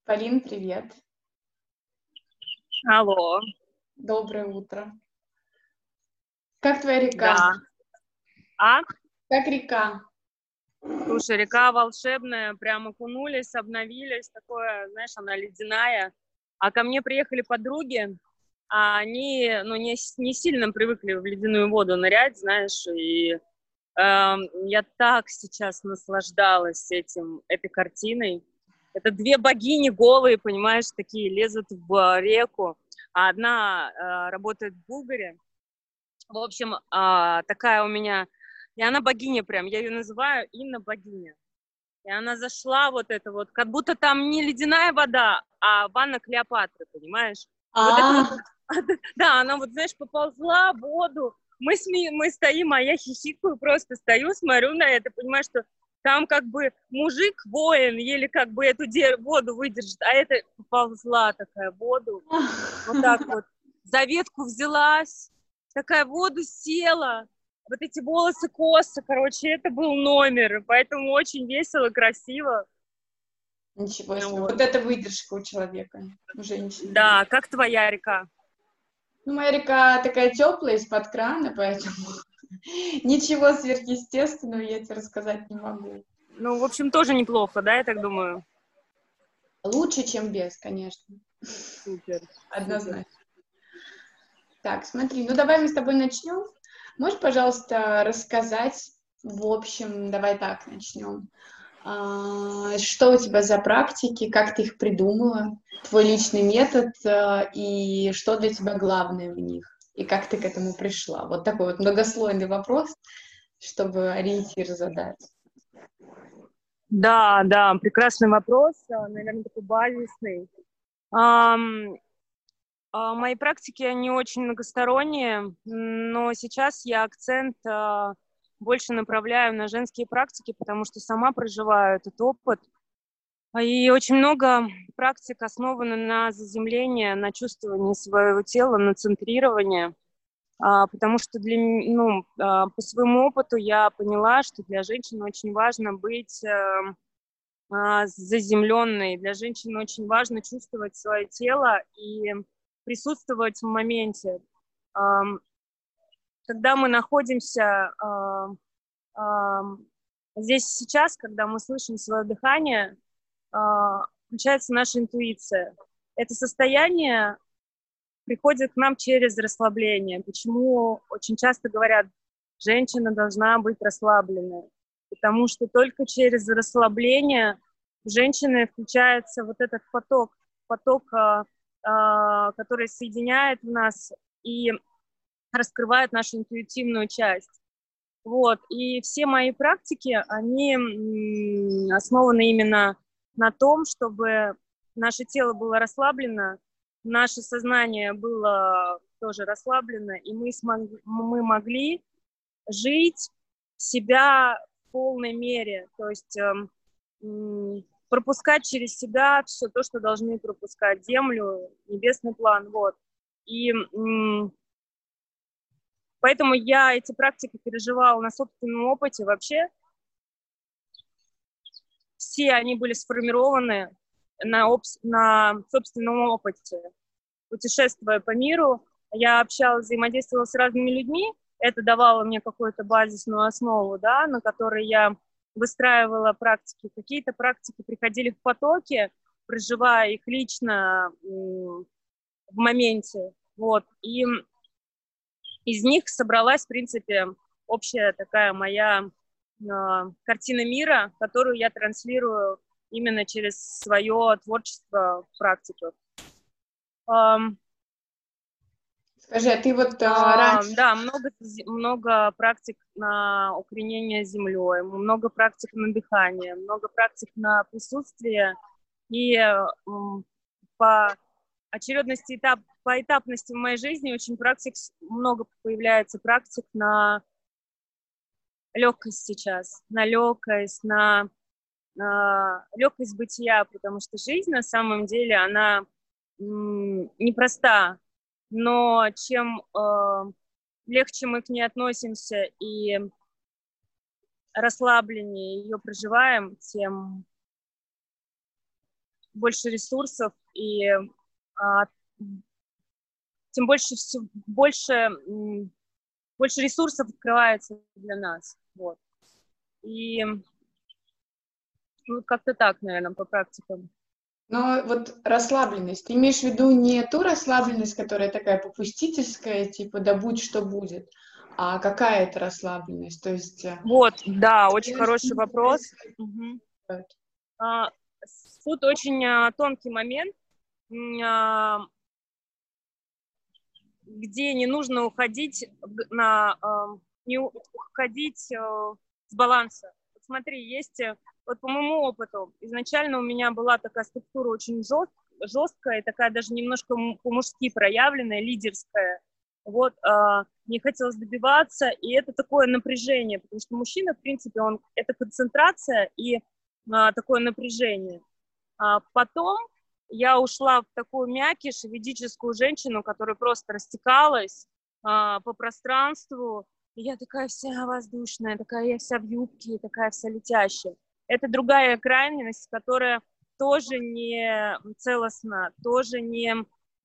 Полин, привет. Алло, Доброе утро. Как твоя река? да. А? Как река? Слушай, река волшебная, прям окунулись, обновились, такое, знаешь, она ледяная. А ко мне приехали подруги, а они, ну, не сильно привыкли в ледяную воду нырять, знаешь, и я так сейчас наслаждалась этой картиной. Это две богини голые, понимаешь, такие лезут в реку, а одна работает в Булгаре. В общем, такая у меня... И она богиня прям, я ее называю Инна богиня. И она зашла вот это вот, как будто там не ледяная вода, а ванна Клеопатры, понимаешь? И вот это вот, А, да, она вот, знаешь, поползла в воду. Мы стоим, а я хихикаю, просто стою, смотрю на это, понимаю, что там как бы мужик, воин, еле как бы эту воду выдержит, а это поползла такая в воду, вот так вот, за ветку взялась, такая в воду села, вот эти волосы косы, короче, это был номер, поэтому очень весело, красиво. ничего себе. Вот. Вот это выдержка у человека, у женщины. Да, как твоя река? Ну, моя река такая теплая, из-под крана, поэтому ничего сверхъестественного я тебе рассказать не могу. Ну, в общем, тоже неплохо, да, я так думаю? Лучше, чем без, конечно. Супер, супер. Однозначно. Так, смотри, ну давай мы с тобой начнем. Можешь, пожалуйста, рассказать, в общем, давай так начнем. Что у тебя за практики, как ты их придумала, твой личный метод и что для тебя главное в них, и как ты к этому пришла? Вот такой вот многослойный вопрос, чтобы ориентир задать. Да, да, прекрасный вопрос, наверное, такой базисный. Ам, Мои практики, они очень многосторонние, но сейчас я акцент больше направляю на женские практики, потому что сама проживаю этот опыт. И очень много практик основано на заземлении, на чувствовании своего тела, на центрировании, потому что по своему опыту я поняла, что для женщины очень важно быть заземленной, для женщины очень важно чувствовать свое тело и присутствовать в моменте. Когда мы находимся здесь сейчас, когда мы слышим свое дыхание, включается наша интуиция. Это состояние приходит к нам через расслабление. Почему очень часто говорят, женщина должна быть расслабленной? Потому что только через расслабление у женщины включается вот этот поток, который соединяет нас и раскрывает нашу интуитивную часть. Вот. И все мои практики, они основаны именно на том, чтобы наше тело было расслаблено, наше сознание было тоже расслаблено, и мы могли жить себя в полной мере, то есть пропускать через себя все то, что должны пропускать, землю, небесный план, вот. И поэтому я эти практики переживала на собственном опыте. Вообще все они были сформированы на собственном опыте. Путешествуя по миру, я общалась, взаимодействовала с разными людьми. Это давало мне какую-то базисную основу, да, на которой я выстраивала практики. Какие-то практики приходили в потоке, проживая их лично в моменте. Вот. И из них собралась, в принципе, общая такая моя картина мира, которую я транслирую именно через свое творчество в практику. Скажи, а ты вот раньше... Да, много практик на укоренение землей, много практик на дыхание, много практик на присутствие и по очередности, по этапности в моей жизни очень много появляется практик на легкость сейчас, на легкость, на легкость бытия, потому что жизнь на самом деле, она непроста, но чем легче мы к ней относимся и расслабленнее ее проживаем, тем больше ресурсов, и тем больше ресурсов открывается для нас. Вот. И как-то так, наверное, по практикам. Но вот расслабленность, ты имеешь в виду не ту расслабленность, которая такая попустительская, типа да будь что будет, а какая это расслабленность? То есть... Вот, да, очень хороший вопрос. Угу. Тут очень тонкий момент, где не нужно уходить с баланса. Вот смотри, вот по моему опыту, изначально у меня была такая структура очень жесткая, такая даже немножко по-мужски проявленная, лидерская. Вот, мне хотелось добиваться, и это такое напряжение, потому что мужчина, в принципе, это концентрация и такое напряжение. Потом я ушла в такую мякиш, ведическую женщину, которая просто растекалась по пространству. И я такая вся воздушная, такая я вся в юбке, такая вся летящая. Это другая крайность, которая тоже не целостна, тоже не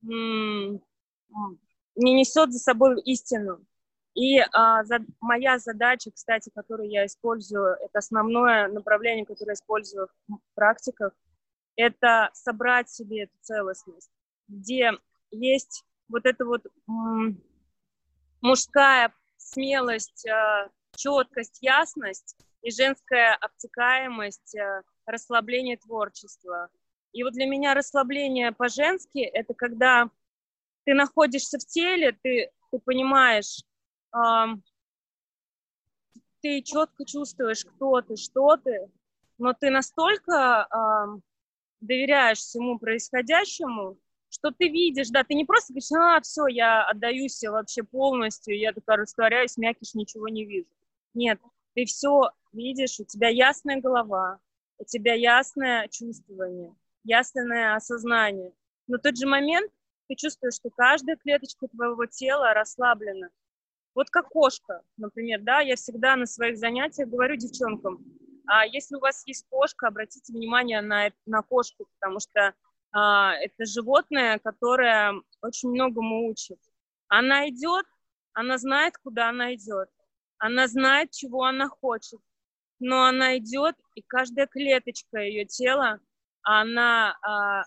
несет за собой истину. И моя задача, кстати, которую я использую, это основное направление, которое я использую в практиках, это собрать себе эту целостность, где есть вот эта вот мужская смелость, четкость, ясность и женская обтекаемость, расслабление творчества. И вот для меня расслабление по-женски — это когда ты находишься в теле, ты понимаешь, ты четко чувствуешь, кто ты, что ты, но ты настолько доверяешь всему происходящему, что ты видишь, да, ты не просто говоришь, все, я отдаюсь вообще полностью, я такая растворяюсь, мякиш, ничего не вижу. Нет, ты все видишь, у тебя ясная голова, у тебя ясное чувствование, ясное осознание. Но в тот же момент ты чувствуешь, что каждая клеточка твоего тела расслаблена. Вот как кошка, например, да, я всегда на своих занятиях говорю девчонкам, если у вас есть кошка, обратите внимание на кошку, потому что это животное, которое очень многому учит. Она идет, она знает, куда она идет, она знает, чего она хочет, но она идет, и каждая клеточка ее тела, она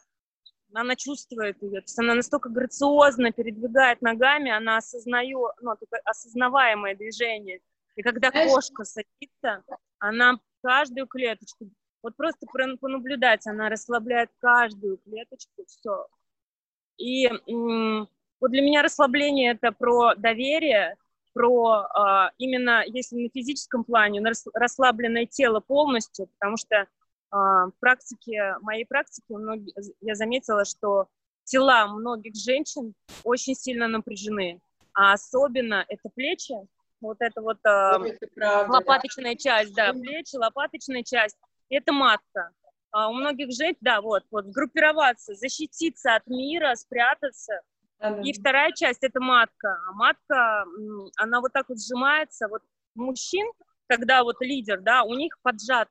чувствует ее, то есть она настолько грациозно передвигает ногами, она осознает, такое осознаваемое движение. И когда кошка садится, она каждую клеточку, вот просто понаблюдать, она расслабляет каждую клеточку, все. И вот для меня расслабление — это про доверие, про именно, если на физическом плане, расслабленное тело полностью, потому что в моей практике я заметила, что тела многих женщин очень сильно напряжены, а особенно это плечи, вот это вот лопаточная часть, да, плечи, лопаточная часть, это матка. У многих женщин, да, вот, группироваться, защититься от мира, спрятаться. И вторая часть — это матка. А матка, она вот так вот сжимается. Вот мужчин, когда вот лидер, да, у них поджато.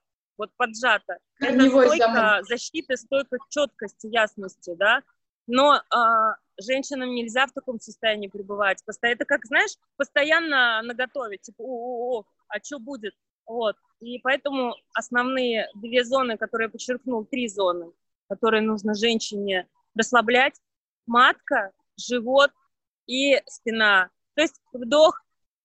Это стойка защиты, стойка четкости, ясности, да. Но женщинам нельзя в таком состоянии пребывать. Это как, знаешь, постоянно наготове, типа, а что будет? Вот. И поэтому основные 2 зоны, которые я подчеркнул, 3 зоны, которые нужно женщине расслаблять: матка, живот и спина. То есть вдох.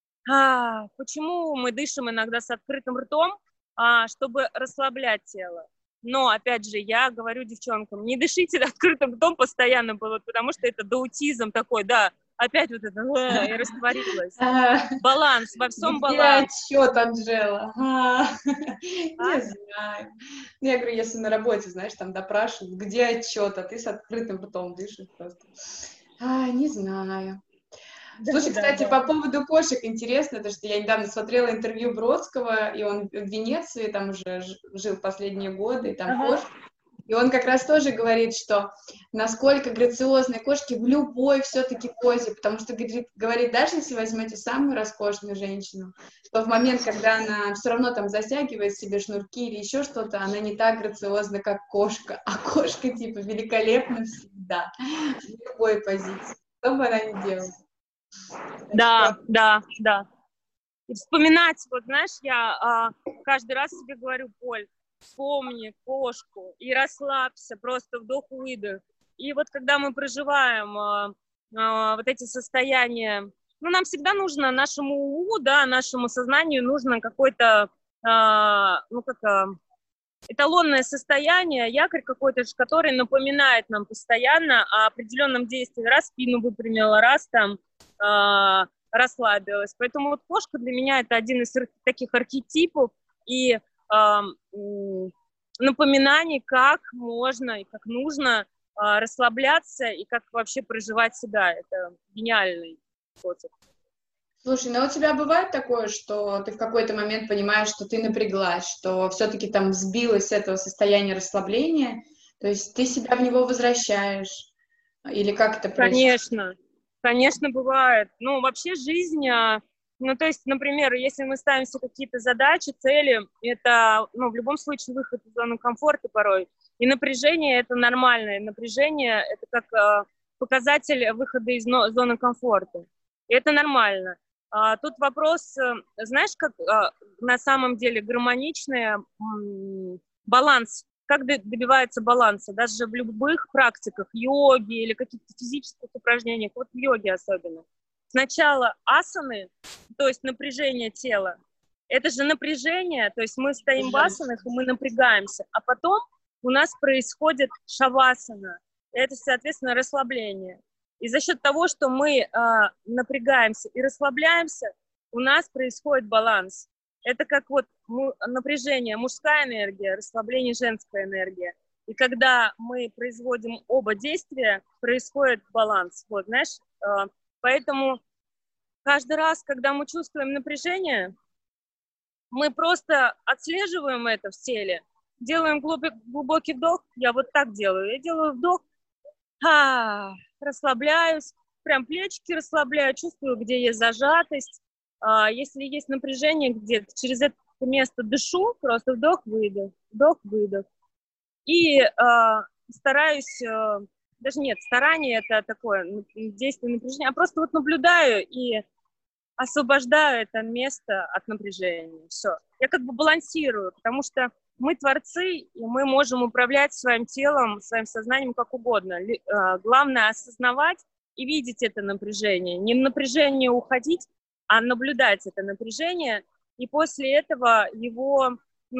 Почему мы дышим иногда с открытым ртом? Чтобы расслаблять тело. Но, опять же, я говорю девчонкам, не дышите открытым ртом постоянно, потому что это даутизм такой, да, опять вот это, и растворилось. Баланс, во всем баланс. Где отчет, Анжела? Не знаю. Я говорю, если на работе, знаешь, там допрашивают, где отчет, а ты с открытым ртом дышишь просто. Не знаю. Слушай, кстати, по поводу кошек интересно, потому что я недавно смотрела интервью Бродского, и он в Венеции там уже жил последние годы, и там кошка. И он как раз тоже говорит, что насколько грациозны кошки в любой все-таки позе, потому что говорит, даже если возьмете самую роскошную женщину, то в момент, когда она все равно там затягивает себе шнурки или еще что-то, она не так грациозна, как кошка, а кошка типа великолепна всегда, в любой позиции, что бы она ни делала. Да, да, да. И вспоминать, вот знаешь, я каждый раз себе говорю, Поль, вспомни кошку и расслабься, просто вдох-выдох. И вот когда мы проживаем вот эти состояния, ну, нам всегда нужно, нашему уму, да, нашему сознанию нужно какой-то, эталонное состояние, якорь какой-то, который напоминает нам постоянно о определенном действии. Раз спину выпрямила, раз там расслабилась. Поэтому вот кошка для меня это один из таких архетипов и напоминаний, как можно и как нужно расслабляться и как вообще проживать себя. Это гениальный способ. Слушай, ну у тебя бывает такое, что ты в какой-то момент понимаешь, что ты напряглась, что все-таки там сбилась с этого состояния расслабления, то есть ты себя в него возвращаешь, или как это происходит? Конечно, бывает. Ну, вообще жизнь, ну, то есть, например, если мы ставим себе какие-то задачи, цели, это, ну, в любом случае выход из зоны комфорта порой. И напряжение – это нормальное. Напряжение – это как показатель выхода из зоны комфорта. И это нормально. Тут вопрос, знаешь, как на самом деле гармоничный баланс. Как добивается баланса, даже в любых практиках, йоги или каких-то физических упражнениях, вот в йоге особенно. Сначала асаны, то есть напряжение тела, это же напряжение, то есть мы стоим в асанах, и мы напрягаемся, а потом у нас происходит шавасана, это, соответственно, расслабление. И за счет того, что мы напрягаемся и расслабляемся, у нас происходит баланс. Это как вот напряжение, мужская энергия, расслабление, женская энергия. И когда мы производим оба действия, происходит баланс. Вот, знаешь, поэтому каждый раз, когда мы чувствуем напряжение, мы просто отслеживаем это в теле, делаем глубокий вдох. Я вот так делаю. Я делаю вдох, расслабляюсь, прям плечики расслабляю, чувствую, где есть зажатость. Если есть напряжение где-то, через это место дышу, просто вдох-выдох, вдох-выдох. И стараюсь, даже нет, старание это такое действие напряжения, а просто вот наблюдаю и освобождаю это место от напряжения. Все. Я как бы балансирую, потому что мы творцы, и мы можем управлять своим телом, своим сознанием как угодно. Главное осознавать и видеть это напряжение. Не в напряжение уходить, а наблюдать это напряжение, и после этого его,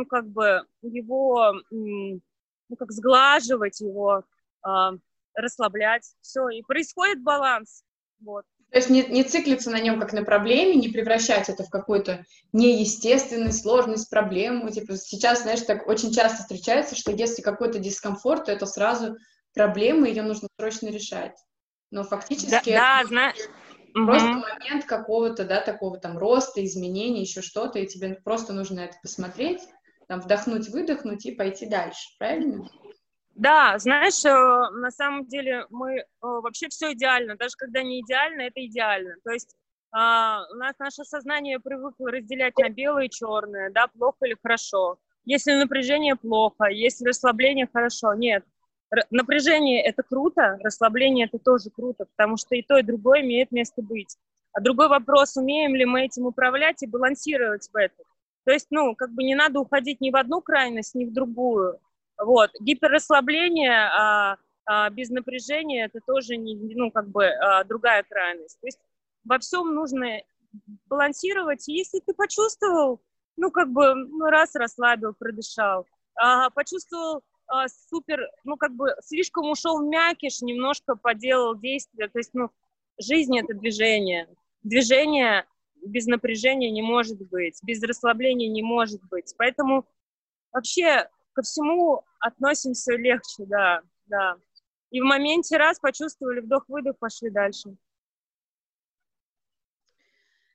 сглаживать его, расслаблять. Все, и происходит баланс. Вот. То есть не циклиться на нем как на проблеме, не превращать это в какую-то неестественность, сложность, проблему. Типа сейчас, знаешь, так очень часто встречается, что если какой-то дискомфорт, то это сразу проблема, ее нужно срочно решать. Но фактически это просто момент какого-то, да, такого там роста, изменения, еще что-то, и тебе просто нужно это посмотреть, там, вдохнуть, выдохнуть и пойти дальше, правильно? Да, знаешь, на самом деле мы вообще все идеально, даже когда не идеально, это идеально. То есть у нас наше сознание привыкло разделять на белое и черное, да, плохо или хорошо. Если напряжение плохо, если расслабление хорошо. Нет, напряжение это круто, расслабление это тоже круто, потому что и то, и другое имеет место быть. А другой вопрос, умеем ли мы этим управлять и балансировать в этом. То есть, не надо уходить ни в одну крайность, ни в другую. Вот. Гиперрасслабление без напряжения это тоже другая крайность. То есть во всем нужно балансировать. Если ты почувствовал, раз расслабил, продышал, почувствовал супер, слишком ушел в мякиш, немножко поделал действия. То есть, жизнь это движение. Движение без напряжения не может быть, без расслабления не может быть. Поэтому вообще ко всему относимся легче, да. И в моменте раз почувствовали вдох-выдох, пошли дальше.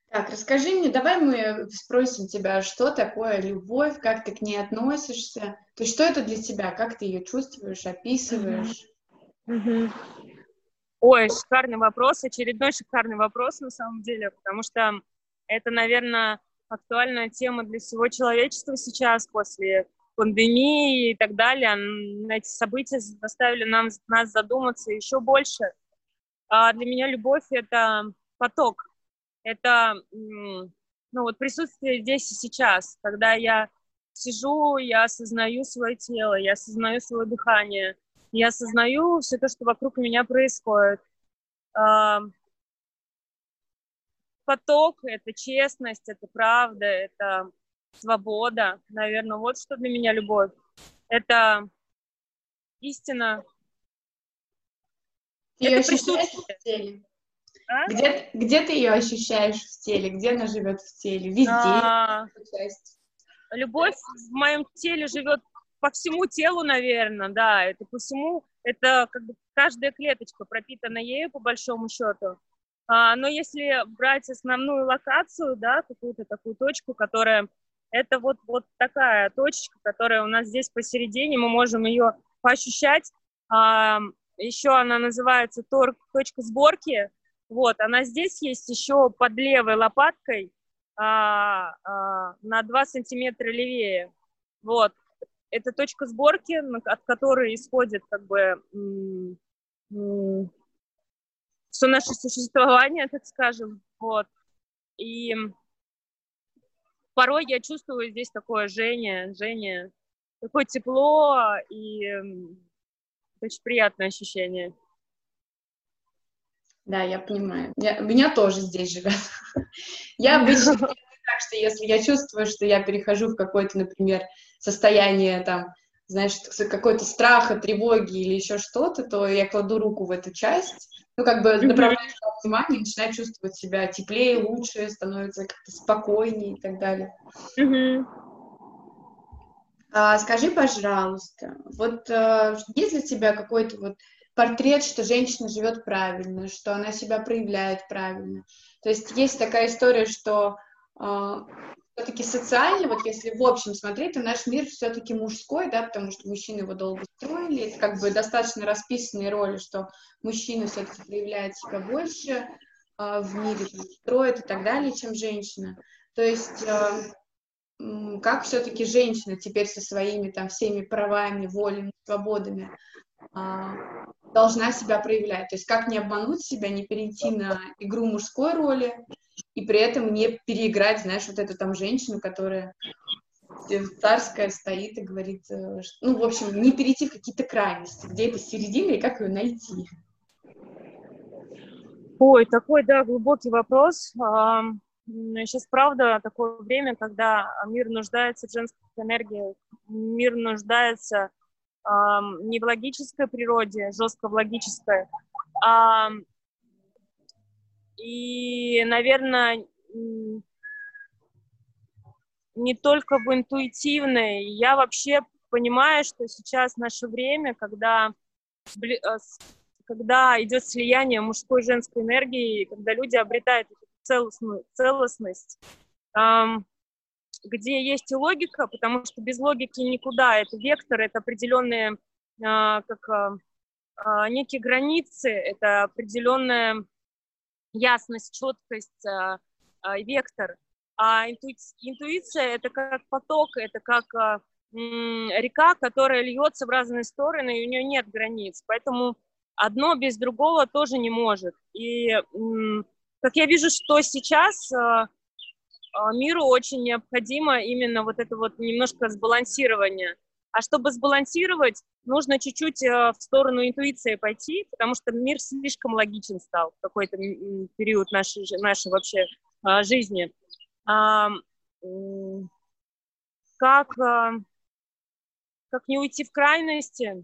Так, расскажи мне, давай мы спросим тебя, что такое любовь, как ты к ней относишься, то есть что это для тебя, как ты ее чувствуешь, Мгм. описываешь? Мгм. Ой, шикарный вопрос, очередной шикарный вопрос на самом деле, потому что это, наверное, актуальная тема для всего человечества сейчас, после пандемии и так далее. Эти события заставили нас задуматься еще больше. А для меня любовь — это поток, это ну, вот присутствие здесь и сейчас, когда я сижу, я осознаю свое тело, я осознаю свое дыхание, я осознаю все то, что вокруг меня происходит. А, Поток — это честность, это правда, это свобода. Наверное, вот что для меня любовь. Это истина, Ты ее это ощущаешь присутствие. в теле? А? Где ты ее ощущаешь в теле? Где она живет в теле? Везде? А, Какая часть? Любовь в моем теле живет по всему телу, наверное, да, это по всему, это как бы каждая клеточка пропитана ею, по большому счету. Но если брать основную локацию, да, какую-то такую точку, которая, это вот такая точечка, которая у нас здесь посередине, мы можем ее поощущать. Еще она называется точка сборки. Вот, она здесь есть еще под левой лопаткой, на 2 сантиметра левее. Вот. Это точка сборки, от которой исходит как бы все наше существование, так скажем. Вот. И порой я чувствую здесь такое жжение, такое тепло и очень приятное ощущение. Да, я понимаю. У меня тоже здесь живет. Я обычно делаю так, что если я чувствую, что я перехожу в какое-то, например, состояние, там, знаешь, какой-то страха, тревоги или еще что-то, то я кладу руку в эту часть, ну, как бы направляю туда внимание, начинаю чувствовать себя теплее, лучше, становится как-то спокойнее и так далее. Скажи, пожалуйста, вот есть для тебя какой-то вот портрет, что женщина живет правильно, что она себя проявляет правильно? То есть есть такая история, что все-таки социально, вот если в общем смотреть, то наш мир все-таки мужской, да, потому что мужчины его долго строили, это как бы достаточно расписанные роли, что мужчина все-таки проявляет себя больше в мире, там, строит и так далее, чем женщина. То есть как все-таки женщина теперь со своими там всеми правами, волями, свободами должна себя проявлять. То есть как не обмануть себя, не перейти на игру мужской роли и при этом не переиграть, знаешь, вот эту там женщину, которая царская стоит и говорит, ну, в общем, не перейти в какие-то крайности, где эта середина и как ее найти. Ой, такой, да, глубокий вопрос. Сейчас, правда, такое время, когда мир нуждается в женской энергии, мир нуждается не в логической природе, жестко в логической, и, наверное, не только в интуитивной. Я вообще понимаю, что сейчас наше время, когда идет слияние мужской и женской энергии, когда люди обретают целостность, где есть и логика, потому что без логики никуда. Это вектор, это определенные некие границы, это определенная ясность, четкость, вектор. А интуиция — это как поток, это как река, которая льется в разные стороны, и у нее нет границ. Поэтому одно без другого тоже не может. И как я вижу, что сейчас миру очень необходимо именно вот это вот немножко сбалансирование. А чтобы сбалансировать, нужно чуть-чуть в сторону интуиции пойти, потому что мир слишком логичен стал в какой-то период нашей вообще жизни. Как не уйти в крайности?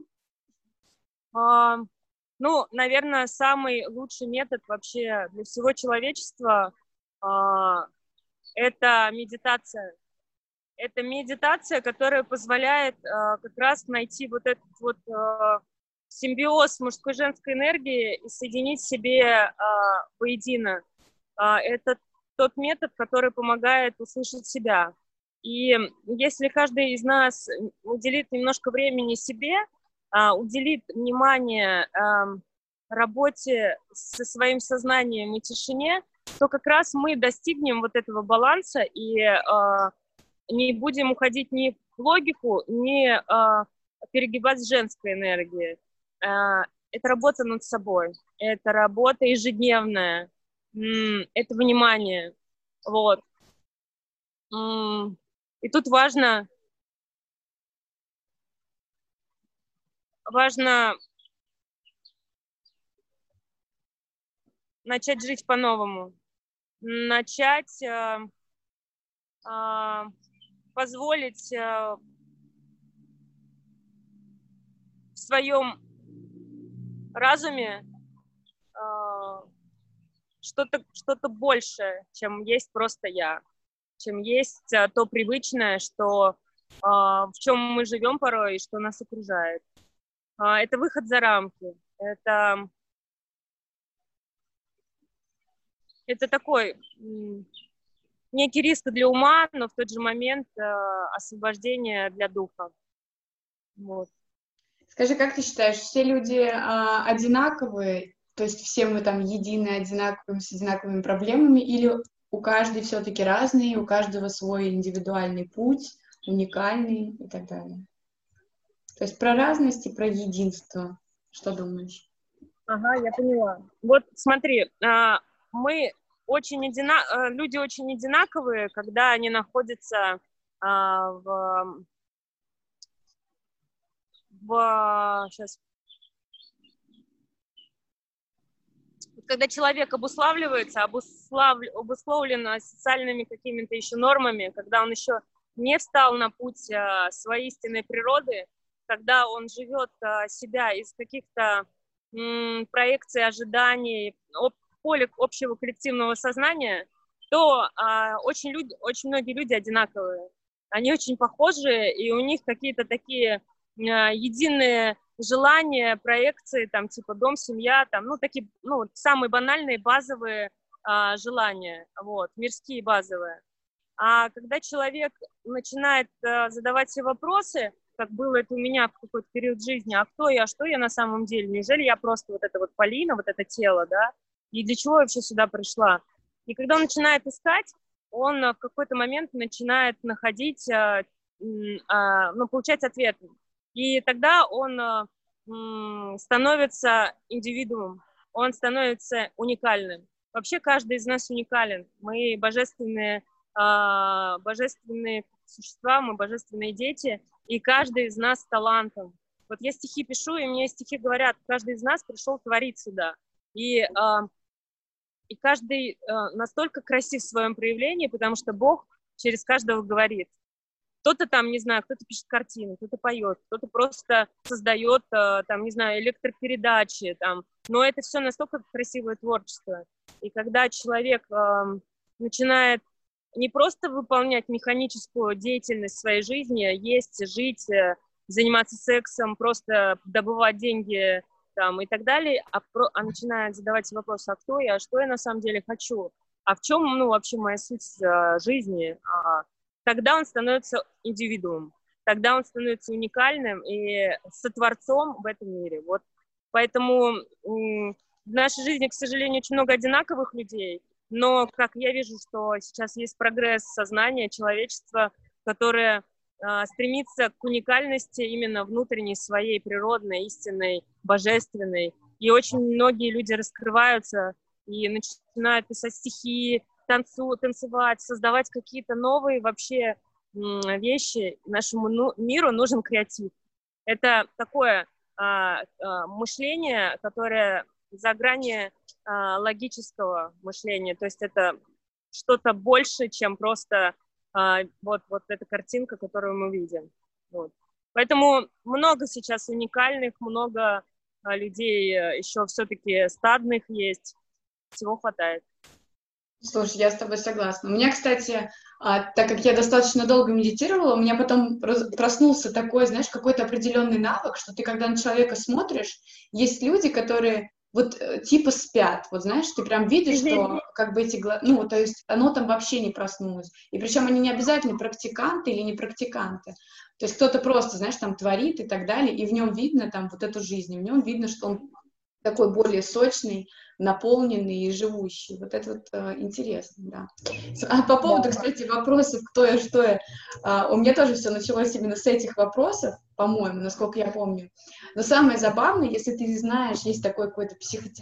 Ну, наверное, самый лучший метод вообще для всего человечества это медитация. Это медитация, которая позволяет как раз найти вот этот вот симбиоз мужской и женской энергии и соединить себе воедино. Это тот метод, который помогает услышать себя. И если каждый из нас уделит немножко времени себе, уделит внимание работе со своим сознанием и тишине, то как раз мы достигнем вот этого баланса и не будем уходить ни в логику, ни перегибать с женской энергией. Это работа над собой, это работа ежедневная, это внимание. Вот. И тут важно начать жить по-новому, начать позволить в своем разуме что-то большее, чем есть просто я, чем есть то привычное, что в чем мы живем порой и что нас окружает. Это выход за рамки. Это такой некий риск для ума, но в тот же момент освобождение для духа. Вот. Скажи, как ты считаешь, все люди одинаковые, то есть все мы там едины, одинаковые, с одинаковыми проблемами, или у каждой все-таки разные, у каждого свой индивидуальный путь, уникальный и так далее? То есть про разность и про единство. Что думаешь? Ага, я поняла. Вот смотри, люди очень одинаковые, когда они находятся когда человек обусловлен социальными какими-то еще нормами, когда он еще не встал на путь своей истинной природы, когда он живет себя из каких-то проекций, ожиданий, поле общего коллективного сознания, то очень многие люди одинаковые. Они очень похожи, и у них какие-то такие единые желания, проекции, там, типа дом, семья, там, такие, самые банальные, базовые желания, вот, мирские, базовые. А когда человек начинает задавать себе вопросы, как было это у меня в какой-то период жизни, а кто я, что я на самом деле, неужели я просто вот эта вот Полина, вот это тело, да, и для чего я вообще сюда пришла? И когда он начинает искать, он в какой-то момент начинает находить, получать ответы. И тогда он становится индивидуумом, он становится уникальным. Вообще каждый из нас уникален. Мы божественные существа, мы божественные дети, и каждый из нас с талантом. Вот я стихи пишу, и мне стихи говорят, каждый из нас пришел творить сюда. И каждый настолько красив в своем проявлении, потому что Бог через каждого говорит. Кто-то там, не знаю, кто-то пишет картины, кто-то поет, кто-то просто создает, там, не знаю, электропередачи, там. Но это все настолько красивое творчество. И когда человек начинает не просто выполнять механическую деятельность в своей жизни, есть, жить, заниматься сексом, просто добывать деньги там, и так далее, а начинает задавать вопрос, а кто я, что я на самом деле хочу, а в чем, вообще моя суть жизни, тогда он становится индивидуумом, тогда он становится уникальным и сотворцом в этом мире. Вот. Поэтому в нашей жизни, к сожалению, очень много одинаковых людей, но как я вижу, что сейчас есть прогресс сознания человечества, которое стремится к уникальности именно внутренней своей, природной, истинной, божественной. И очень многие люди раскрываются и начинают писать стихи, танцевать, создавать какие-то новые вообще вещи. Нашему миру нужен креатив. Это такое мышление, которое за грани логического мышления. То есть это что-то больше, чем просто вот эта картинка, которую мы видим. Вот. Поэтому много сейчас уникальных, много людей еще все-таки стадных есть. Всего хватает. Слушай, я с тобой согласна. У меня, кстати, так как я достаточно долго медитировала, у меня потом проснулся такой, знаешь, какой-то определенный навык, что ты, когда на человека смотришь, есть люди, которые вот типа спят. Вот знаешь, ты прям видишь, что как бы эти ну, то есть оно там вообще не проснулось. И причем они не обязательно практиканты или не практиканты. То есть кто-то просто, знаешь, там творит и так далее, и в нем видно там вот эту жизнь, и в нем видно, что он такой более сочный, наполненный и живущий. Вот это вот интересно, да. А по поводу, кстати, вопросов, кто я, что я, у меня тоже все началось именно с этих вопросов, по-моему, насколько я помню. Но самое забавное, если ты знаешь, есть такой какой-то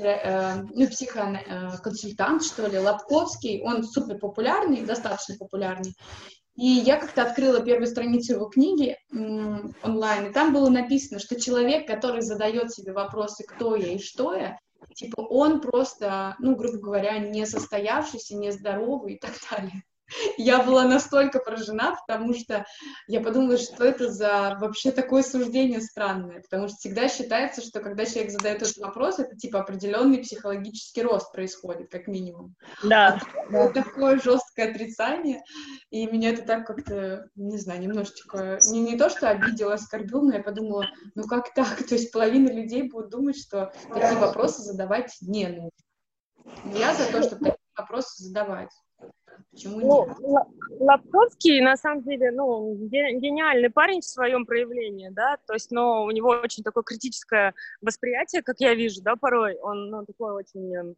психоконсультант, что ли, Лобковский, он супер популярный, достаточно популярный. И я как-то открыла первую страницу его книги онлайн, и там было написано, что человек, который задает себе вопросы, кто я и что я, типа он просто, ну, грубо говоря, не состоявшийся, нездоровый и так далее. Я была настолько поражена, потому что я подумала, что это за вообще такое суждение странное, потому что всегда считается, что когда человек задает этот вопрос, это типа определенный психологический рост происходит, как минимум. Да. Вот такое жесткое отрицание, и меня это так как-то, не знаю, немножечко, не то, что обидело, оскорбило, но я подумала, ну как так? То есть половина людей будут думать, что такие вопросы задавать не нужно. Я за то, чтобы такие вопросы задавать. Почему нет? Лобковский, на самом деле, ну, гениальный парень в своем проявлении, да, то есть, но у него очень такое критическое восприятие, как я вижу, да, порой, он, ну, такой очень,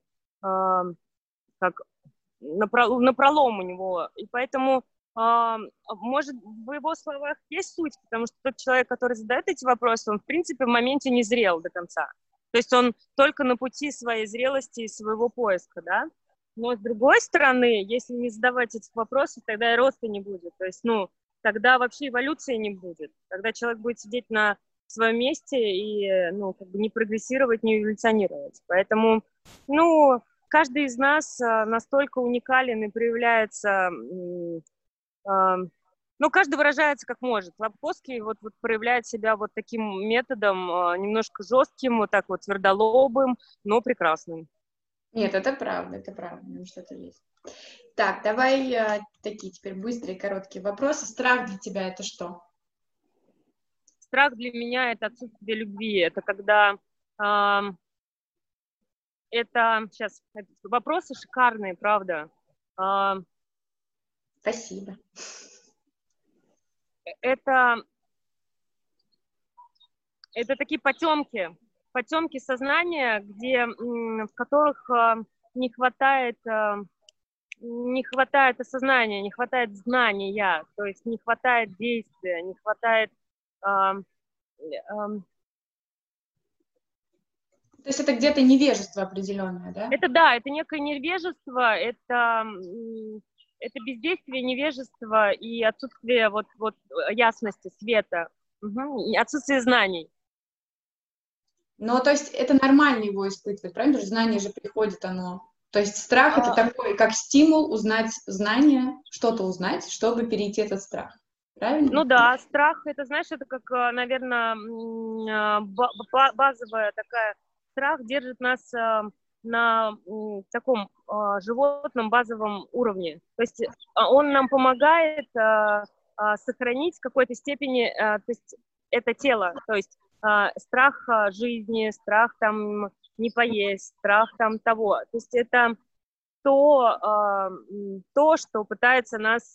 как, напролом у него, и поэтому, может, в его словах есть суть, потому что тот человек, который задает эти вопросы, он, в принципе, в моменте не зрел до конца, то есть он только на пути своей зрелости и своего поиска, да. Но с другой стороны, если не задавать этих вопросов, тогда и роста не будет. То есть, ну, тогда вообще эволюции не будет. Тогда человек будет сидеть на своем месте и, ну, как бы не прогрессировать, не эволюционировать. Поэтому, ну, каждый из нас настолько уникален и проявляется, ну, каждый выражается как может. Лобковский вот проявляет себя вот таким методом, немножко жестким, вот так вот твердолобым, но прекрасным. Нет, это правда, что-то есть. Так, давай такие теперь быстрые, короткие вопросы. Страх для тебя это что? Страх для меня — это отсутствие любви. Это когда... это... Сейчас, вопросы шикарные, правда. Спасибо. Это такие потемки сознания, где, в которых не хватает осознания, не хватает знания, то есть не хватает действия, не хватает... То есть это где-то невежество определенное, да? Это некое невежество, это бездействие, невежество и отсутствие вот ясности, света, и отсутствие знаний. Но то есть это нормально его испытывать, правильно? Потому что знание же приходит оно. То есть страх это такой, как стимул узнать знания, что-то узнать, чтобы перейти этот страх. Правильно? Ну да, страх, это, знаешь, это как, наверное, базовая такая... Страх держит нас на таком животном базовом уровне. То есть он нам помогает сохранить в какой-то степени, то есть это тело, то есть страх жизни, страх там не поесть, страх там того. То есть это то, что пытается нас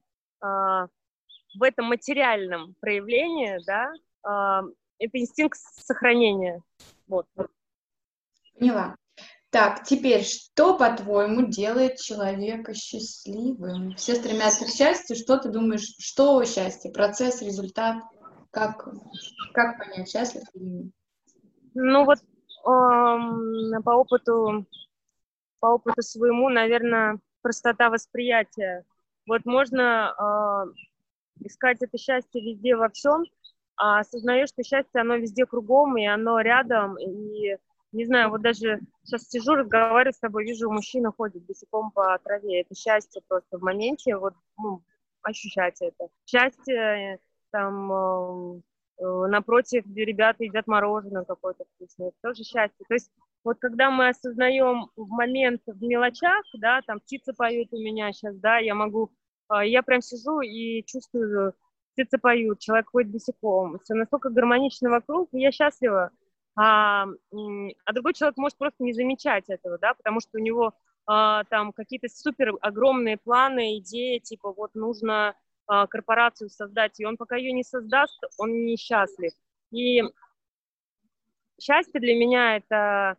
в этом материальном проявлении, да, это инстинкт сохранения. Вот. Поняла. Так, теперь, что, по-твоему, делает человека счастливым? Все стремятся к счастью. Что ты думаешь, что счастье? Процесс, результат? Как понять, счастлив или нет? Ну вот по опыту своему, наверное, простота восприятия. Вот можно искать это счастье везде, во всем, а осознаешь, что счастье, оно везде кругом, и оно рядом, и не знаю, вот даже сейчас сижу, разговариваю с тобой, вижу, мужчина ходит босиком по траве, это счастье просто в моменте, вот, ну, ощущать это. Счастье, там, напротив, ребята едят мороженое какое-то вкусное, это тоже счастье. То есть вот когда мы осознаем в момент, в мелочах, да, там птицы поют у меня сейчас, да, я прям сижу и чувствую, птицы поют, человек ходит босиком, все настолько гармонично вокруг, и я счастлива. а другой человек может просто не замечать этого, да, потому что у него там какие-то супер огромные планы, идеи, типа вот нужно корпорацию создать, и он пока ее не создаст, он несчастлив. И счастье для меня — это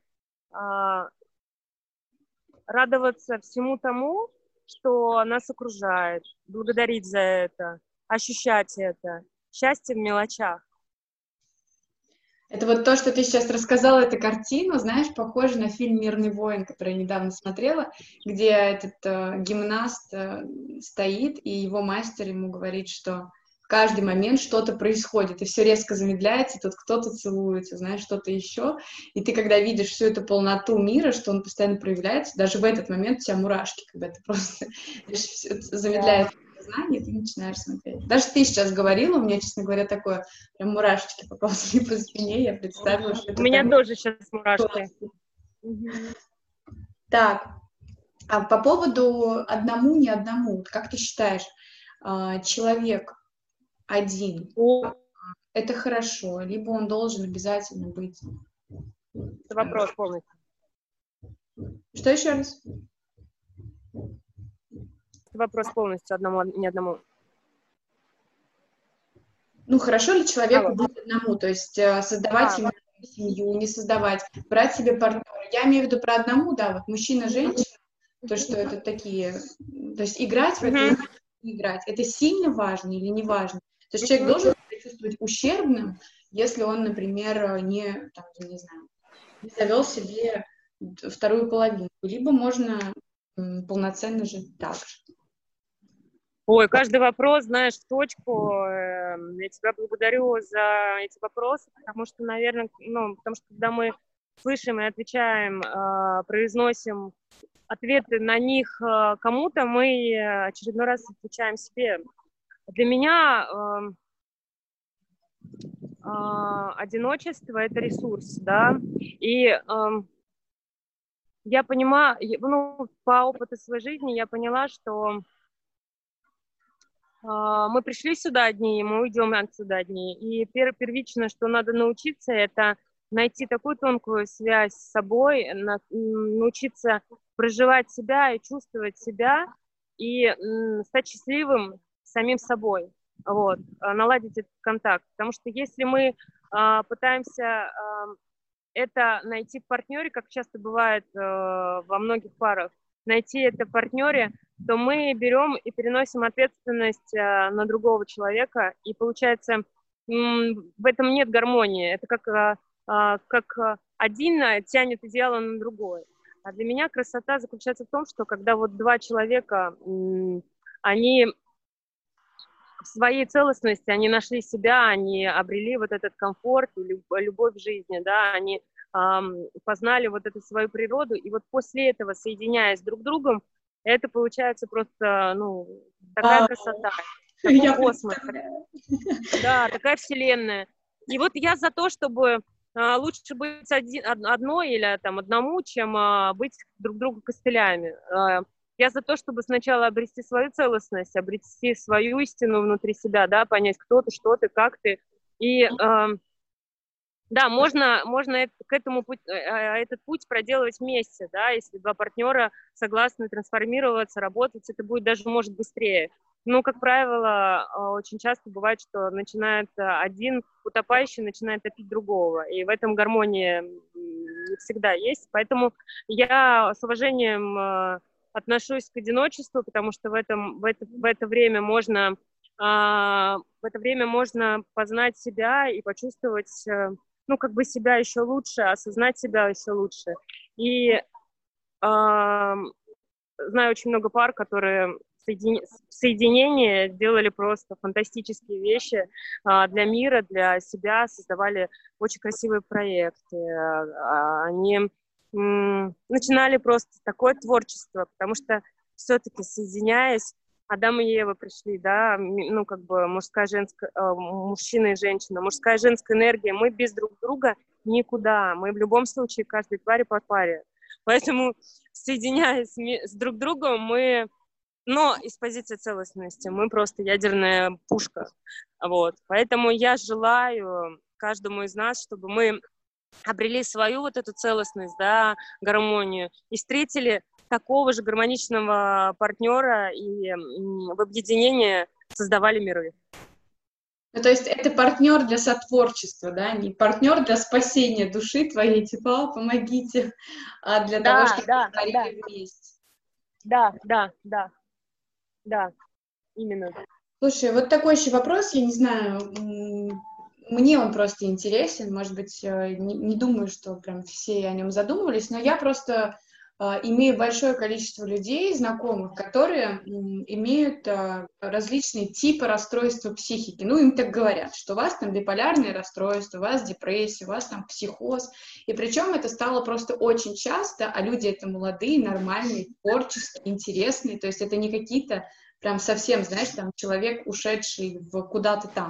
радоваться всему тому, что нас окружает, благодарить за это, ощущать это. Счастье в мелочах. Это вот то, что ты сейчас рассказала, эту картину, знаешь, похоже на фильм «Мирный воин», который я недавно смотрела, где этот гимнаст стоит, и его мастер ему говорит, что в каждый момент что-то происходит, и все резко замедляется, и тут кто-то целуется, знаешь, что-то еще, и ты, когда видишь всю эту полноту мира, что он постоянно проявляется, даже в этот момент у тебя мурашки, когда ты просто замедляешь сознание, ты начинаешь смотреть. Даже ты сейчас говорила, у меня, честно говоря, такое прям мурашечки поползли по спине, я представила, что У это меня так тоже сейчас мурашки. классно. Так, а по поводу одному, не одному, вот как ты считаешь, человек один, это хорошо, либо он должен обязательно быть? Это вопрос полностью. Что еще раз? Вопрос полностью одному, не одному. Ну, хорошо ли человеку быть одному, то есть создавать семью, не создавать, брать себе партнера. Я имею в виду про одному, да, вот мужчина, женщина, то, что это такие, то есть играть в это, играть, это сильно важно или не важно? То есть человек должен себя чувствовать ущербным, если он, например, не, там, не знаю, не завел себе вторую половинку, либо можно полноценно жить так же. Ой, каждый вопрос, знаешь, в точку. Я тебя благодарю за эти вопросы, потому что, наверное, потому что когда мы слышим и отвечаем, произносим ответы на них кому-то, мы очередной раз отвечаем себе. Для меня одиночество — это ресурс, да, и я понимаю, по опыту своей жизни я поняла, что мы пришли сюда одни, и мы уйдем отсюда одни. И первично, что надо научиться, это найти такую тонкую связь с собой, научиться проживать себя и чувствовать себя, и стать счастливым самим собой. Вот, наладить этот контакт. Потому что если мы пытаемся это найти в партнере, как часто бывает во многих парах, найти это в партнере, то мы берем и переносим ответственность на другого человека, и получается, в этом нет гармонии. Это как один тянет одеяло на другой. А для меня красота заключается в том, что когда вот два человека, они в своей целостности, они нашли себя, они обрели вот этот комфорт и любовь в жизни, да, они познали вот эту свою природу, и вот после этого, соединяясь друг с другом, это получается просто, такая красота, такой космос, да, такая вселенная. И вот я за то, чтобы лучше быть одной или там одному, чем быть друг другу костылями. Я за то, чтобы сначала обрести свою целостность, обрести свою истину внутри себя, да, понять, кто ты, что ты, как ты. И да, можно к этому этот путь проделывать вместе, да, если два партнера согласны трансформироваться, работать, это будет даже, может, быстрее. Но, как правило, очень часто бывает, что начинает один утопающий, начинает топить другого, и в этом гармония не всегда есть. Поэтому я с уважением отношусь к одиночеству, потому что в это время можно познать себя и почувствовать себя еще лучше, осознать себя еще лучше. И знаю очень много пар, которые в соединении делали просто фантастические вещи для мира, для себя, создавали очень красивые проекты. Они начинали просто такое творчество, потому что все-таки, соединяясь, Адам и Ева пришли, да, мужская, женская, мужчина и женщина, мужская и женская энергия, мы без друг друга никуда, мы в любом случае каждой твари по паре. Поэтому, соединяясь с друг другом, но из позиции целостности, мы просто ядерная пушка. Вот. Поэтому я желаю каждому из нас, чтобы мы обрели свою вот эту целостность, да, гармонию, и встретили такого же гармоничного партнера, и в объединении создавали миры. Ну, то есть это партнер для сотворчества, да, не партнер для спасения души твоей, типа, помогите, а для того, Да, чтобы да, да, творили вместе. да, именно. Слушай, вот такой еще вопрос, я не знаю, мне он просто интересен, может быть, не думаю, что прям все о нем задумывались, но я просто имею большое количество людей, знакомых, которые имеют различные типы расстройства психики. Ну, им так говорят, что у вас там биполярное расстройство, у вас депрессия, у вас там психоз. И причем это стало просто очень часто, а люди это молодые, нормальные, творческие, интересные, то есть это не какие-то прям совсем, знаешь, там человек, ушедший в куда-то там.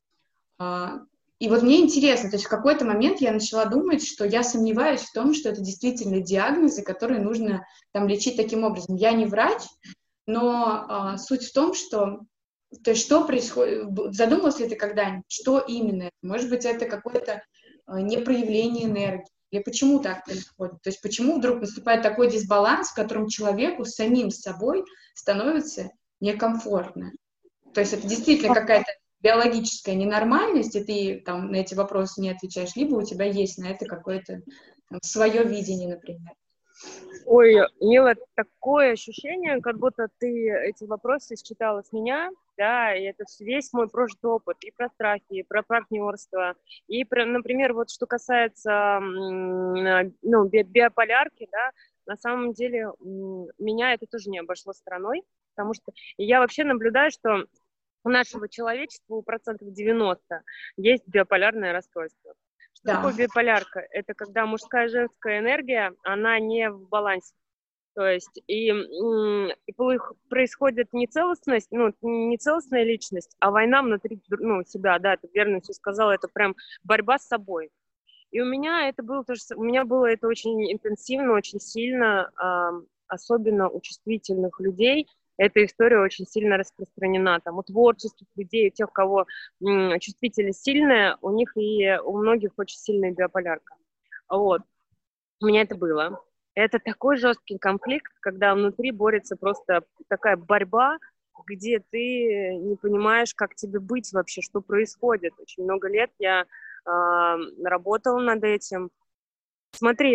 И вот мне интересно, то есть в какой-то момент я начала думать, что я сомневаюсь в том, что это действительно диагнозы, которые нужно там лечить таким образом. Я не врач, но суть в том, что, то есть что происходит, задумалась ли ты когда-нибудь, что именно это? Может быть, это какое-то непроявление энергии, или почему так происходит? То есть почему вдруг наступает такой дисбаланс, в котором человеку самим с собой становится некомфортно? То есть это действительно какая-то биологическая ненормальность, и ты там на эти вопросы не отвечаешь, либо у тебя есть на это какое-то свое видение, например. Ой, Мила, такое ощущение, как будто ты эти вопросы считала с меня, да, и это весь мой прошлый опыт и про страхи, и про партнерство, и, про, например, вот что касается ну, биополярки, да, на самом деле меня это тоже не обошло стороной, потому что я вообще наблюдаю, что у нашего человечества у процентов 90 есть биополярное расстройство. Что такое Да. биполярка? Это когда мужская и женская энергия, она не в балансе. То есть происходит нецелостность, ну, не целостная личность, а война внутри ну, себя, да, ты верно все сказала, это прям борьба с собой. И у меня это было тоже, у меня было это очень интенсивно, очень сильно, особенно у чувствительных людей. Эта история очень сильно распространена. Там у творческих людей, у тех, у кого чувствительность сильная, у них и у многих очень сильная биополярка. Вот. У меня это было. Это такой жесткий конфликт, когда внутри борется просто такая борьба, где ты не понимаешь, как тебе быть вообще, что происходит. Очень много лет я работала над этим. Смотри,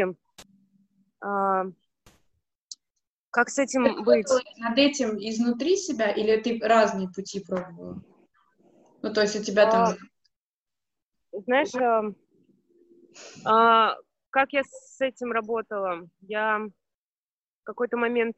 как с этим Ты быть? работала над этим изнутри себя, или ты разные пути пробовала? Ну, то есть у тебя там... Знаешь, как я с этим работала? Я в какой-то момент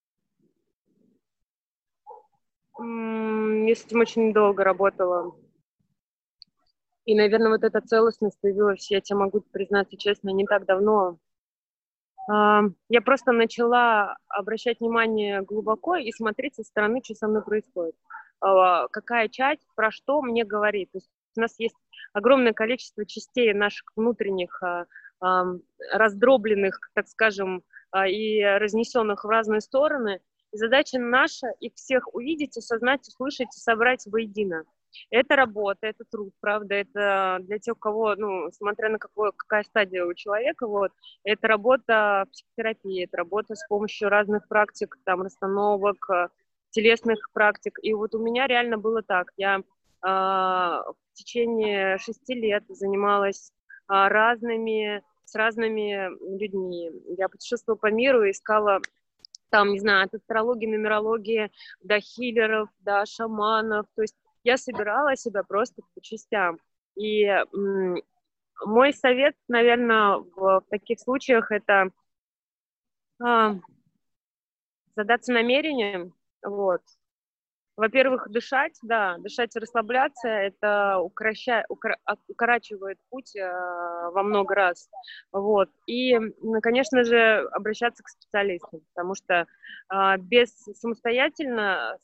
я с этим очень долго работала. И, наверное, вот эта целостность появилась, я тебе могу признаться честно, не так давно. Я просто начала обращать внимание глубоко и смотреть со стороны, что со мной происходит. Какая часть, про что мне говорит. То есть у нас есть огромное количество частей наших внутренних, раздробленных, так скажем, и разнесенных в разные стороны. И задача наша их всех увидеть, осознать, услышать и собрать воедино. Это работа, это труд, правда, это для тех, у кого, ну, смотря на какая стадия у человека, вот, это работа психотерапии, это работа с помощью разных практик, там, расстановок, телесных практик. И вот у меня реально было так. Я в течение 6 лет занималась с разными людьми. Я путешествовала по миру, искала там, не знаю, от астрологии, нумерологии до хиллеров, до шаманов. То есть я собирала себя просто по частям. И мой совет, наверное, в таких случаях это задаться намерением, вот. Во-первых, дышать, да, дышать и расслабляться, это укорачивает путь во много раз, вот. И, конечно же, обращаться к специалистам, потому что самостоятельно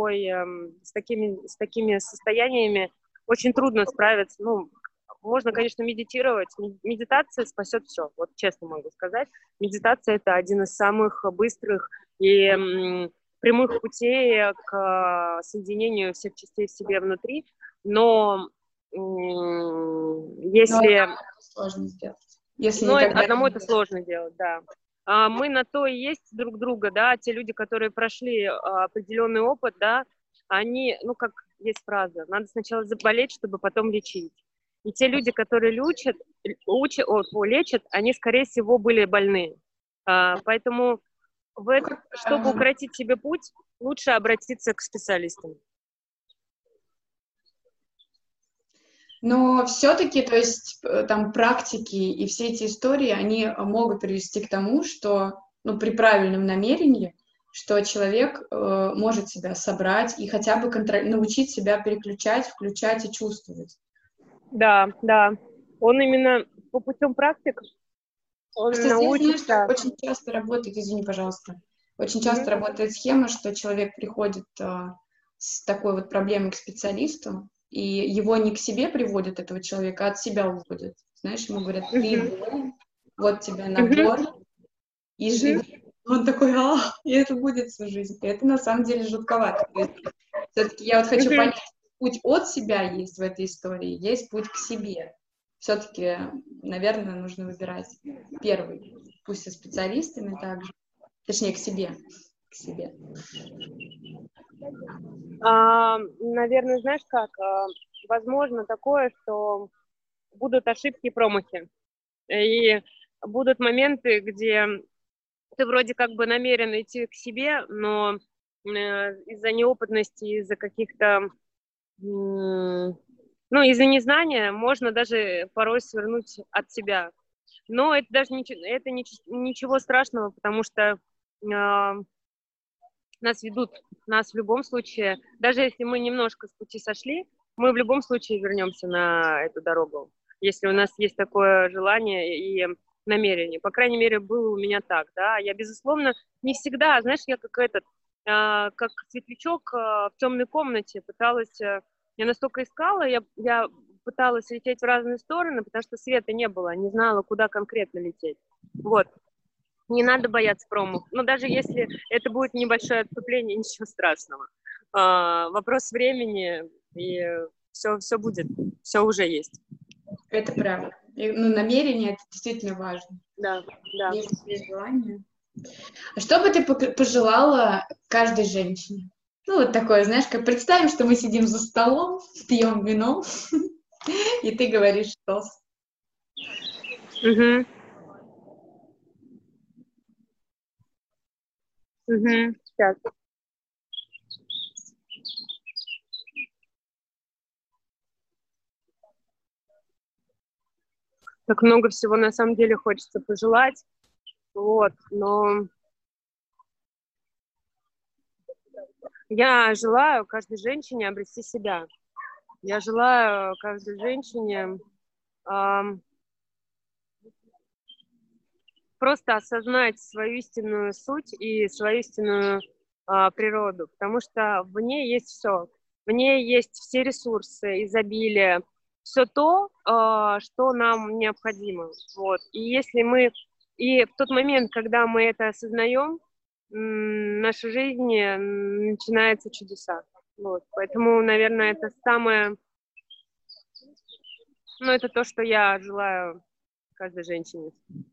с такими состояниями очень трудно справиться, ну, можно, конечно, медитировать. Медитация спасет все, вот честно могу сказать. Медитация – это один из самых быстрых и прямых путей к соединению всех частей в себе внутри. Но Но Если... одному это сложно сделать, если Но никогда одному не это было. сложно делать, да. Мы на то и есть друг друга, да, те люди, которые прошли определенный опыт, да, они, ну, как есть фраза, надо сначала заболеть, чтобы потом лечить. И те люди, которые лечат, они, скорее всего, были больны. Поэтому, чтобы укоротить себе путь, лучше обратиться к специалистам. Но все-таки, то есть, там практики и все эти истории, они могут привести к тому, что, ну, при правильном намерении, что человек может себя собрать и хотя бы научить себя переключать, включать и чувствовать. Да, да. Он именно по путем практик, он Просто здесь, знаешь, научится... так очень часто работает, извини, пожалуйста, очень часто работает схема, что человек приходит с такой вот проблемой к специалисту, и его не к себе приводят, этого человека, а от себя уводят. Знаешь, ему говорят, ты болен, вот тебе набор, и живи. Он такой, и это будет всю жизнь. И это на самом деле жутковато. Все-таки я вот хочу понять, путь от себя есть в этой истории, есть путь к себе. Все-таки, наверное, нужно выбирать первый, пусть со специалистами также, точнее, к себе. К себе. Наверное, знаешь как, возможно такое, что будут ошибки и промахи. И будут моменты, где ты вроде как бы намерен идти к себе, но из-за неопытности, из-за каких-то, ну, из-за незнания можно даже порой свернуть от себя. Но это даже ничего страшного, потому что нас ведут, нас в любом случае, даже если мы немножко с пути сошли, мы в любом случае вернемся на эту дорогу, если у нас есть такое желание и намерение. По крайней мере, было у меня так, да. Я, безусловно, не всегда, знаешь, я как светлячок в темной комнате пыталась, я настолько искала, я пыталась лететь в разные стороны, потому что света не было, не знала, куда конкретно лететь. Вот. Не надо бояться промахов. Но даже если это будет небольшое отступление, ничего страшного. Вопрос времени, и все будет, все уже есть. Это правда. И, ну, намерение — это действительно важно. Да, да. Есть желание. А что бы ты пожелала каждой женщине? Ну, вот такое, знаешь, как представим, что мы сидим за столом, пьем вино, и ты говоришь тост. Сейчас. Так много всего на самом деле хочется пожелать, вот, но я желаю каждой женщине обрести себя. Я желаю каждой женщине просто осознать свою истинную суть и свою истинную природу, потому что в ней есть все. В ней есть все ресурсы, изобилие, все то, что нам необходимо. Вот. И в тот момент, когда мы это осознаем, в нашей жизни начинаются чудеса. Вот. Поэтому, наверное, это это то, что я желаю каждой женщине.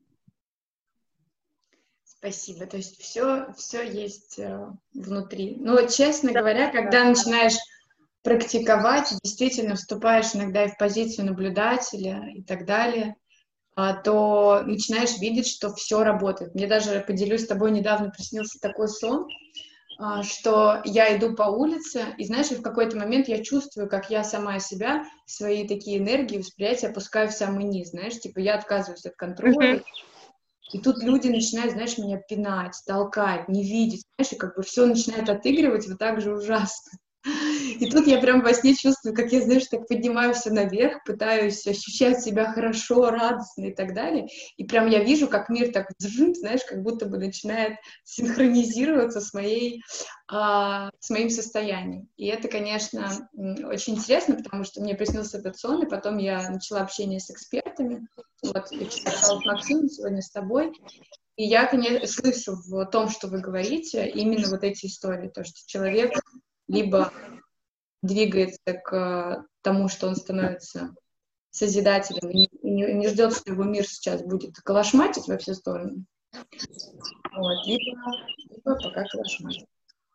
Спасибо. То есть все есть внутри. Но, честно говоря, когда начинаешь практиковать, действительно вступаешь иногда и в позицию наблюдателя и так далее, то начинаешь видеть, что все работает. Мне даже, поделюсь с тобой, недавно приснился такой сон, что я иду по улице, и, знаешь, в какой-то момент я чувствую, как я сама себя, свои такие энергии, восприятия опускаю в самый низ, знаешь, типа я отказываюсь от контроля. И тут люди начинают, знаешь, меня пинать, толкать, не видеть, знаешь, и как бы все начинает отыгрывать вот так же ужасно. И тут я прям во сне чувствую, как я, знаешь, так поднимаюсь все наверх, пытаюсь ощущать себя хорошо, радостно и так далее. И прям я вижу, как мир так, знаешь, как будто бы начинает синхронизироваться с моим состоянием. И это, конечно, очень интересно, потому что мне приснился этот сон, и потом я начала общение с экспертами. Вот, я общалась с Максимом сегодня с тобой. И я, конечно, слышу в том, что вы говорите, именно вот эти истории, то, что человек либо двигается к тому, что он становится созидателем и не ждет, что его мир сейчас будет калашматить во все стороны. Вот, либо пока калашматит.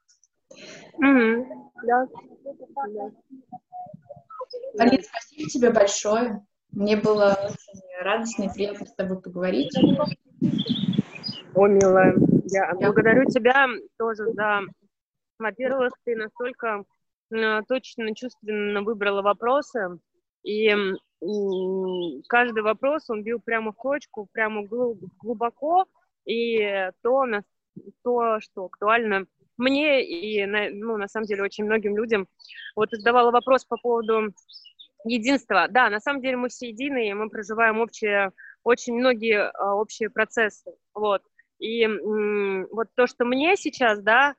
Да. Полин, спасибо тебе большое. Мне было очень радостно и приятно с тобой поговорить. О, милая, я благодарю тебя тоже за... Во-первых, ты настолько точно, чувственно выбрала вопросы, и каждый вопрос, он бил прямо в точку, прямо глубоко, и то, что актуально мне и, на самом деле, очень многим людям. Вот ты задавала вопрос по поводу единства. Да, на самом деле мы все едины, и мы проживаем очень многие общие процессы. Вот. И вот то, что мне сейчас, да,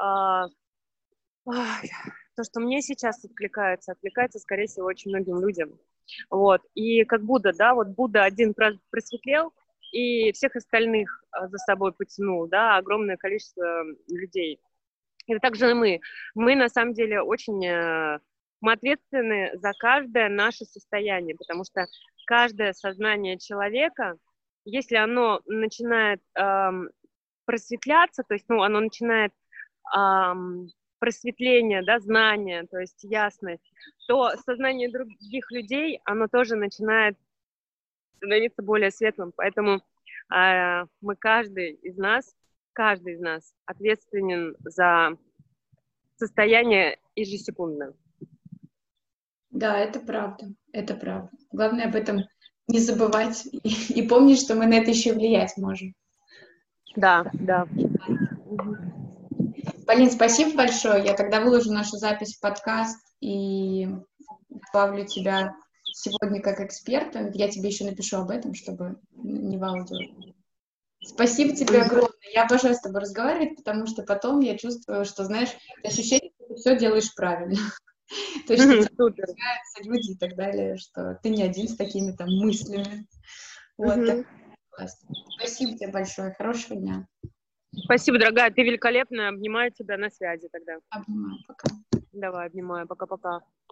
то, что мне сейчас откликается, скорее всего, очень многим людям. Вот. И как Будда, да, вот Будда один просветлел, и всех остальных за собой потянул, да, огромное количество людей. И также и мы. Мы, на самом деле, мы ответственны за каждое наше состояние, потому что каждое сознание человека, если оно начинает просветляться, то есть, оно начинает просветление, да, знание, то есть ясность, то сознание других людей, оно тоже начинает становиться более светлым. Поэтому мы каждый из нас ответственен за состояние ежесекундно. Да, это правда, это правда. Главное об этом не забывать и помнить, что мы на это еще влиять можем. Да, да. Полин, спасибо большое. Я тогда выложу нашу запись в подкаст и добавлю тебя сегодня как эксперта. Я тебе еще напишу об этом, чтобы не в аудио. Спасибо тебе огромное. Я обожаю с тобой разговаривать, потому что потом я чувствую, что, знаешь, ощущение, что ты все делаешь правильно. То есть, что тебе нравятся люди и так далее, что ты не один с такими там мыслями. Вот, так классно. Спасибо тебе большое. Хорошего дня. Спасибо, дорогая. Ты великолепная. Обнимаю тебя, на связи тогда. Обнимаю. Пока. Давай, обнимаю. Пока-пока.